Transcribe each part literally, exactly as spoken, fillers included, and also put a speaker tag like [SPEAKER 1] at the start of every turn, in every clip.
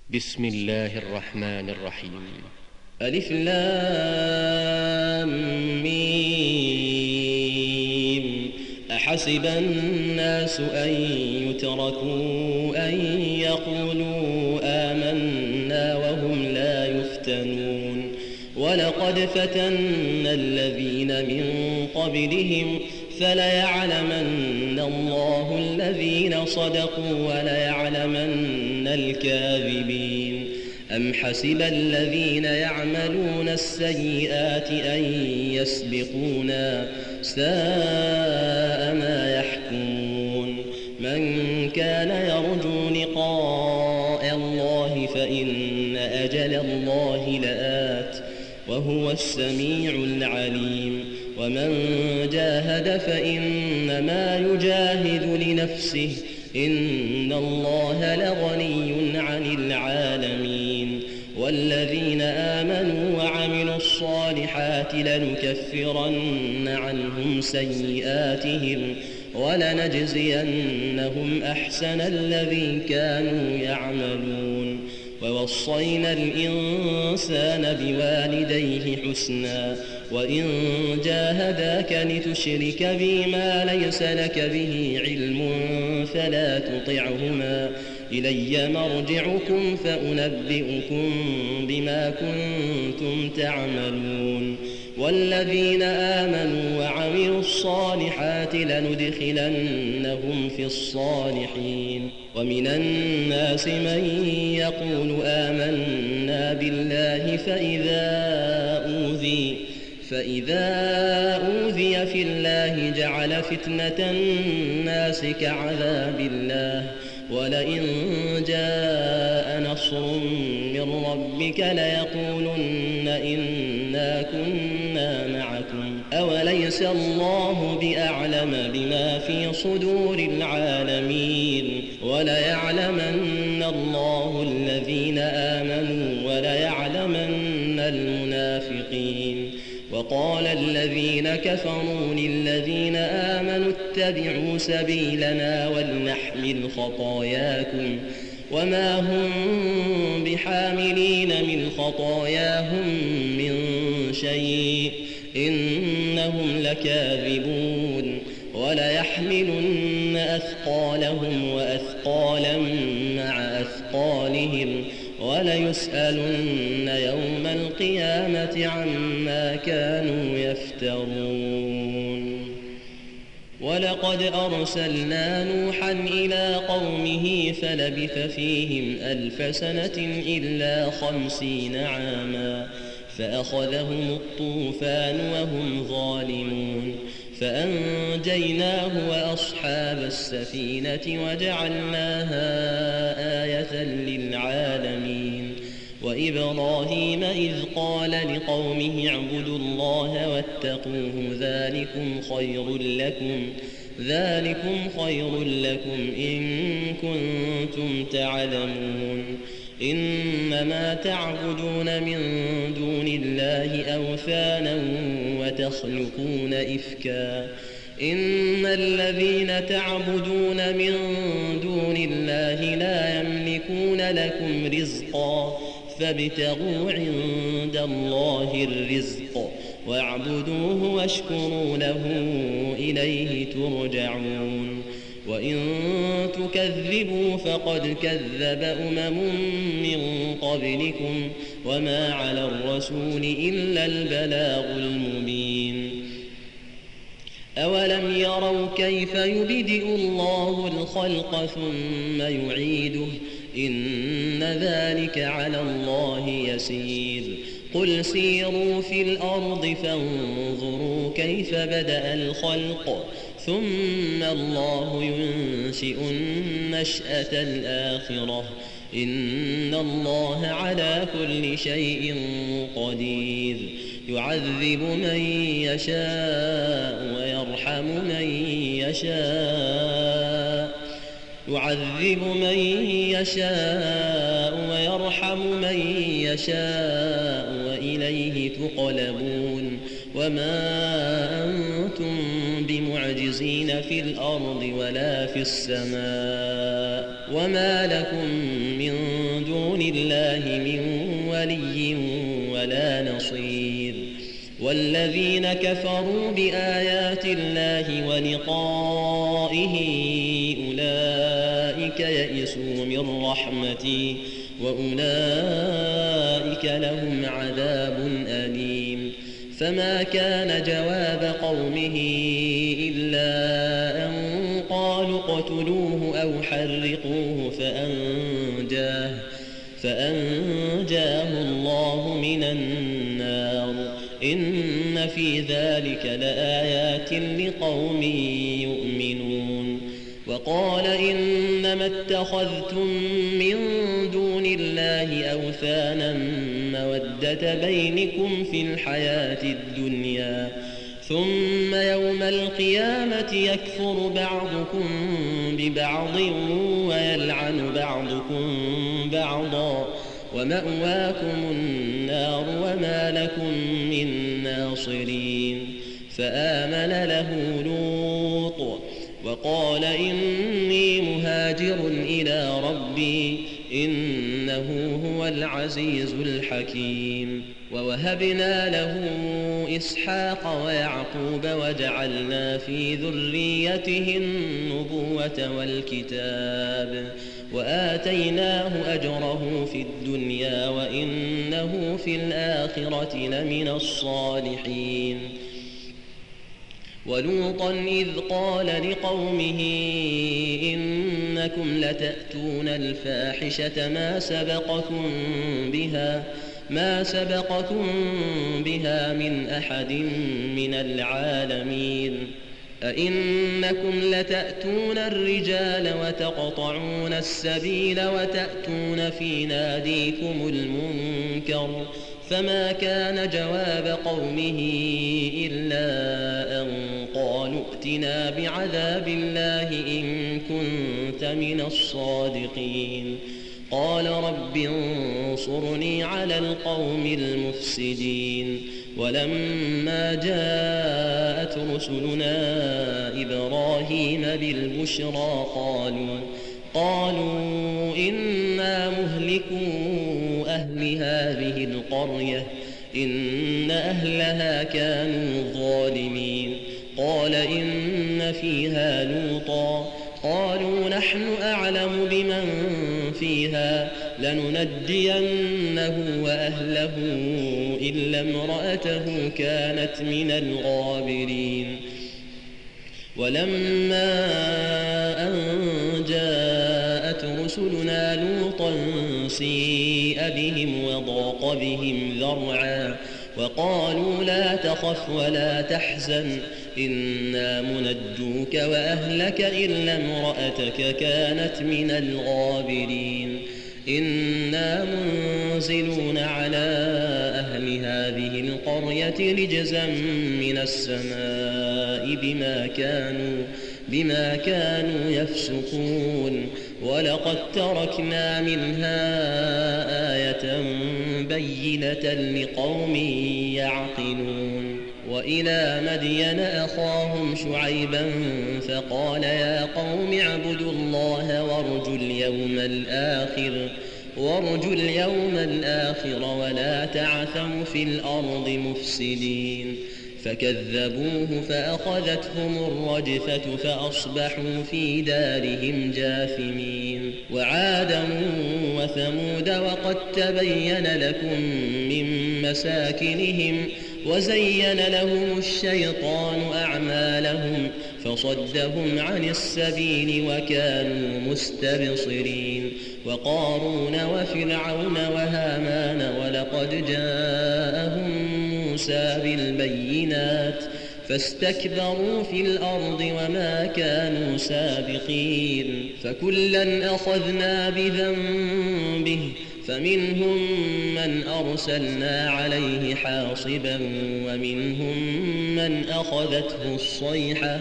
[SPEAKER 1] بسم الله الرحمن الرحيم.
[SPEAKER 2] ألف لام ميم. أحسب الناس أن يتركوا أن يقولوا آمنا وهم لا يفتنون. ولقد فتنا الذين من قبلهم فليعلمن الله الذين صدقوا وليعلمن الكاذبين. أم حسب الذين يعملون السيئات أن يسبقونا ساء ما يحكمون. من كان يرجو لقاء الله فإن أجل الله لآت وهو السميع العليم. ومن جاهد فإنما يجاهد لنفسه إن الله لغني عن العالمين. والذين آمنوا وعملوا الصالحات لنكفرن عنهم سيئاتهم ولنجزينهم أحسن الذي كانوا يعملون. ووصينا الإنسان بوالديه حسنا وإن جاهداك لتشرك بي ما ليس لك به علم فلا تطعهما إلي مرجعكم فأنبئكم بما كنتم تعملون. والذين آمنوا وعملوا الصالحات لندخلنهم في الصالحين. ومن الناس من يقول آمنا بالله فإذا أوذي فإذا أوذي في الله جعل فتنة الناس كعذاب الله ولئن جاء نصر من ربك ليقولن إنا كنا معكم أوليس الله بأعلم بما في صدور العالمين. وليعلمن الله الذين آمنوا وليعلمن المنافقين. وقال الذين كفروا للذين آمنوا اتبعوا سبيلنا ولنحمل خطاياكم وما هم بحاملين من خطاياهم من شيء إنهم لكاذبون. وليحملن أثقالهم وأثقالا مع أثقالهم وليسألن يوم القيامة عما كانوا يفترون. ولقد أرسلنا نوحا إلى قومه فلبث فيهم ألف سنة إلا خمسين عاما فأخذهم الطوفان وهم ظالمون فأنجيناه وأصحاب السفينة وجعلناها آية للعالمين. وإبراهيم إذ قال لقومه اعبدوا الله واتقوه ذلكم خير لكم ذلكم خير لكم إن كنتم تعلمون. إنما تعبدون من دون الله أوثانا وتخلقون إفكا إن الذين تعبدون من دون الله لا يملكون لكم رزقا فابتغوا عند الله الرزق واعبدوه واشكروا له إليه ترجعون. وإن تكذبوا فقد كذب أمم من قبلكم وما على الرسول إلا البلاغ المبين. أولم يروا كيف يبدئ الله الخلق ثم يعيده إن ذلك على الله يسير. قل سيروا في الأرض فانظروا كيف بدأ الخلق ثم الله ينشئ النشأة الآخرة إن الله على كل شيء قدير. يعذب من يشاء ويرحم من يشاء يعذب من يشاء ويرحم من يشاء وإليه تقلبون. وما أنتم بمعجزين في الأرض ولا في السماء وما لكم من دون الله من ولي ولا نصير. والذين كفروا بآيات الله ولقائه أولئك يئسوا من رحمتي وأولئك لهم عذاب أليم. فما كان جواب قومه إلا أن قالوا اقتلوه أو حرقوه فأنجاه, فأنجاه الله من النار. إن في ذلك لآيات لقوم يؤمنون. وقال إنما اتخذتم من دون الله أوثانا مودة بينكم في الحياة الدنيا ثم يوم القيامة يكفر بعضكم ببعض ويلعن بعضكم بعضا ومأواكم النار وما لكم من ناصرين. فآمن له لوط وقال إني مهاجر إلى ربي إنه هو العزيز الحكيم. ووهبنا له إسحاق ويعقوب وجعلنا في ذريته النبوة والكتاب وآتيناه أجره في الدنيا وإنه في الآخرة لمن الصالحين. ولوطا إذ قال لقومه إنكم لتأتون الفاحشة ما سبقكم بها ما سبقكم بها من أحد من العالمين. أئنكم لتأتون الرجال وتقطعون السبيل وتأتون في ناديكم المنكر. فما كان جواب قومه إلا أن قالوا ائتنا بعذاب الله إن كنت من الصادقين. قال رب انصرني على القوم المفسدين. ولما جاءت رسلنا إبراهيم بالبشرى قالوا قالوا إنا مهلكو أهل هذه القرية إن أهلها كانوا ظالمين. قال إن فيها لوطا قالوا نحن أعلم بمن فيها لننجينه وأهله إلا امرأته كانت من الغابرين. ولما أن جاءت رسلنا لوطا سيء بهم وضاق بهم ذرعا وقالوا لا تخف ولا تحزن إنا منجوك وأهلك إلا امرأتك كانت من الغابرين. إنا منزلون على أهل هذه القرية رجزا من السماء بما كانوا بما كانوا يفسقون. ولقد تركنا منها آية بينة لقوم يعقلون. وإلى مدين أخاهم شعيبا فقال يا قوم اعبدوا الله وارجوا اليوم الآخر وارجوا اليوم الآخر ولا تعثوا في الأرض مفسدين. فكذبوه فأخذتهم الرجفة فأصبحوا في دارهم جاثمين. وعادا وثمود وقد تبين لكم من مساكنهم وزين لهم الشيطان أعمالهم فصدهم عن السبيل وكانوا مستبصرين. وقارون وفرعون وهامان ولقد جاءهم موسى بالبينات فاستكبروا في الأرض وما كانوا سابقين. فكلا أخذنا بذنبه فمنهم من أرسلنا عليه حاصبا ومنهم من أخذته الصيحة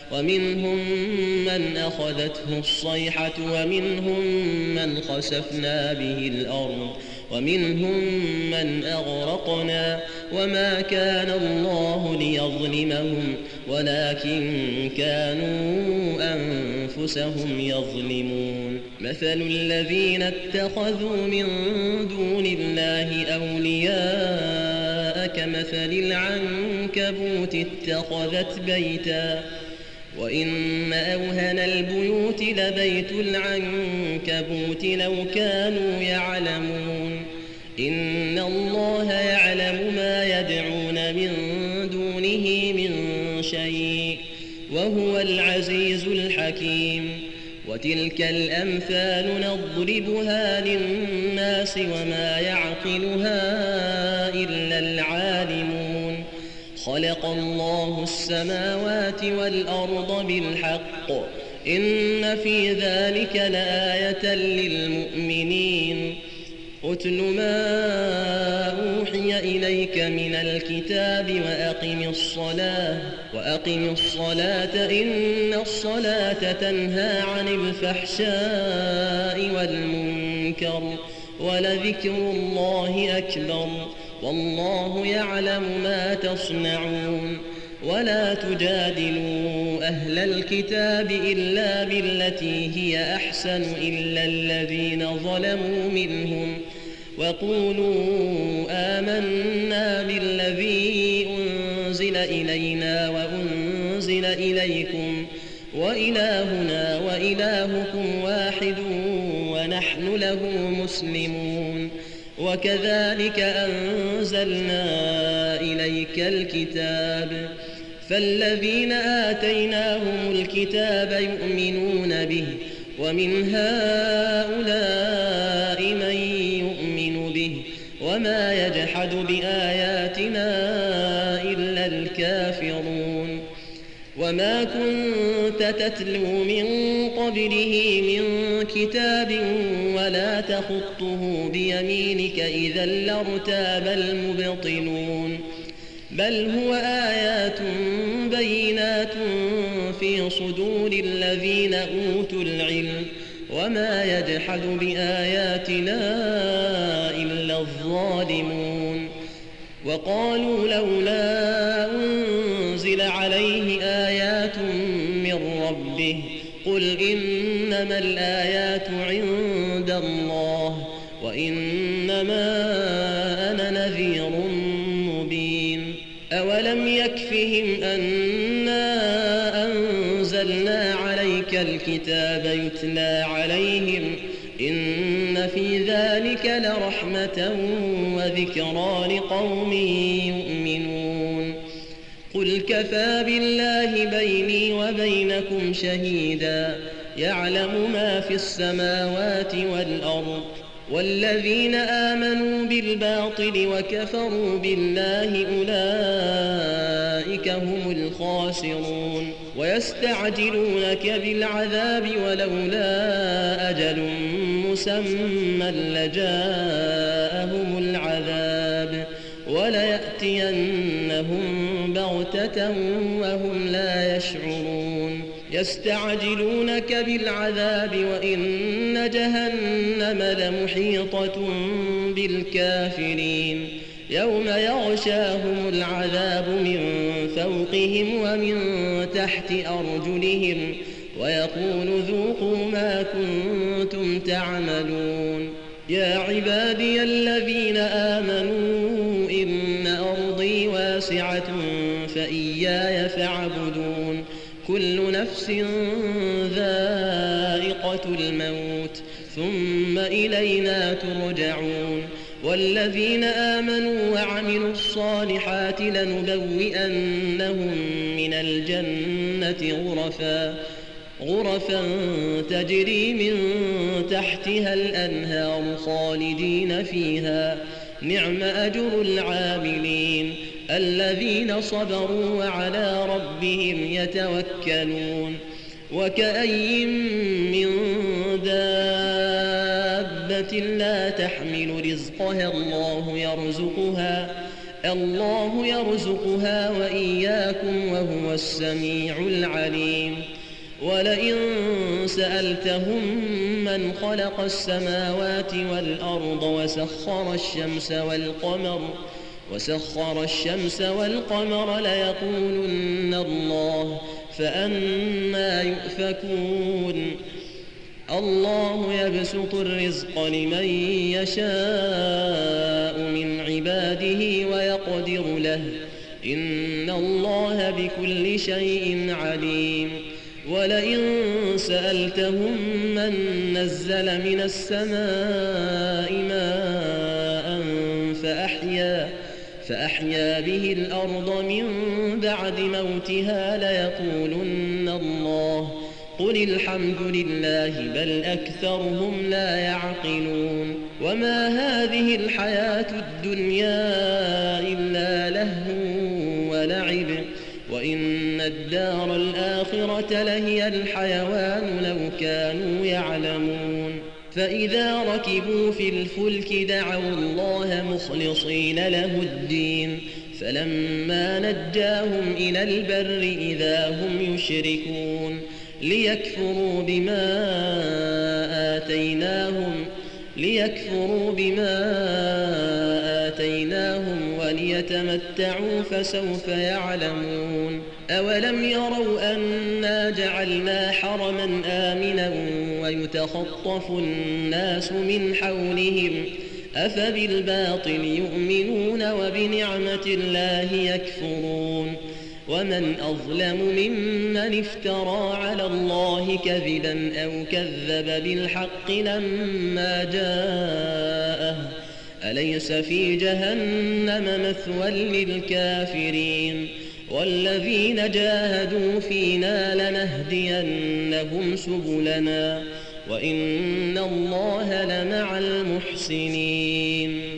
[SPEAKER 2] ومنهم من أخذته الصيحة ومنهم من خسفنا به الأرض ومنهم من أغرقنا وما كان الله ليظلمهم ولكن كانوا أنفسهم يظلمون. مثل الذين اتخذوا من دون الله أولياء كمثل العنكبوت اتخذت بيتا وإن أوهن البيوت لبيت العنكبوت لو كانوا يعلمون. إن الله يعلم ما يدعون من دونه من شيء وهو العزيز الحكيم. وتلك الأمثال نضربها للناس وما يعقلها إلا العالمون. خلق الله السماوات والأرض بالحق إن في ذلك لآية للمؤمنين. أتل ما أوحي إليك من الكتاب وأقم الصلاة وأقم الصلاة إن الصلاة تنهى عن الفحشاء والمنكر ولذكر الله أكبر والله يعلم ما تصنعون. ولا تجادلوا أهل الكتاب إلا بالتي هي أحسن إلا الذين ظلموا منهم وقولوا آمنا بالذي أنزل إلينا وأنزل إليكم وإلهنا وإلهكم واحد ونحن له مسلمون. وكذلك أنزلنا إليك الكتاب فالذين آتيناهم الكتاب يؤمنون به ومن هؤلاء من يؤمن به وما يجحد بآياتنا إلا الكافرون. وما كنت تتلو من قبله من كتاب ولا تخطه بيمينك إذا لارتاب المبطلون. بل هو آيات بينات في صدور الذين أوتوا العلم وما يجحد بآياتنا إلا الظالمون. وقالوا لولا أنزل عليه آيات من ربه قل إنما الآيات عند الله وإنما أنا نذير مبين. أولم يكفهم أنا أنزلنا عليك الكتاب يتلى عليهم إن في ذلك لرحمة وذكرى لقوم يؤمنون. قل كفى بالله بيني وبينكم شهيدا يعلم ما في السماوات والأرض. والذين آمنوا بالباطل وكفروا بالله أولئك هم الخاسرون. ويستعجلونك بالعذاب ولولا أجل مسمى لجاءهم العذاب وليأتينهم بغتة وهم لا يشعرون. يستعجلونك بالعذاب وإن جهنم لمحيطة بالكافرين. يوم يغشاهم العذاب من فوقهم ومن تحت أرجلهم ويقول ذوقوا ما كنتم تعملون. يا عبادي الذين آمنوا إن أرضي واسعة فإياي فاعبدون. كل نفس ذائقة الموت ثم إلينا ترجعون. والذين آمنوا وعملوا الصالحات لنبوئنهم من الجنة غرفا غرفا تجري من تحتها الأنهار خالدين فيها نعم أجر العاملين الذين صبروا وعلى ربهم يتوكلون. وكأي من دابة لا تحمل رزقها الله يرزقها الله يرزقها وإياكم وهو السميع العليم ولئن سألتهم من خلق السماوات والأرض وسخر الشمس والقمر وسخر الشمس والقمر ليقولن الله فأنى يؤفكون الله يبسط الرزق لمن يشاء من عباده ويقدر له إن الله بكل شيء عليم ولئن سألتهم من نزل من السماء ماء فأحيا فأحيا به الأرض من بعد موتها ليقولن الله قل الحمد لله بل أكثرهم لا يعقلون وما هذه الحياة الدنيا إلا لهو ولعب وإن الدار الآخرة لهي الحيوان لو كانوا يعلمون فإذا ركبوا في الفلك دعوا الله مخلصين له الدين فلما نجاهم إلى البر إذا هم يشركون ليكفروا بما آتيناهم ليكفروا بما آتيناهم وليتمتعوا فسوف يعلمون أولم يروا أنا جعلنا حرما آمنا ويتخطف الناس من حولهم أفبالباطل يؤمنون وبنعمة الله يكفرون ومن أظلم ممن افترى على الله كذبا أو كذب بالحق لما جاءه أليس في جهنم مثوى للكافرين والذين جاهدوا فينا لنهدينهم سبلنا وإن الله لمع المحسنين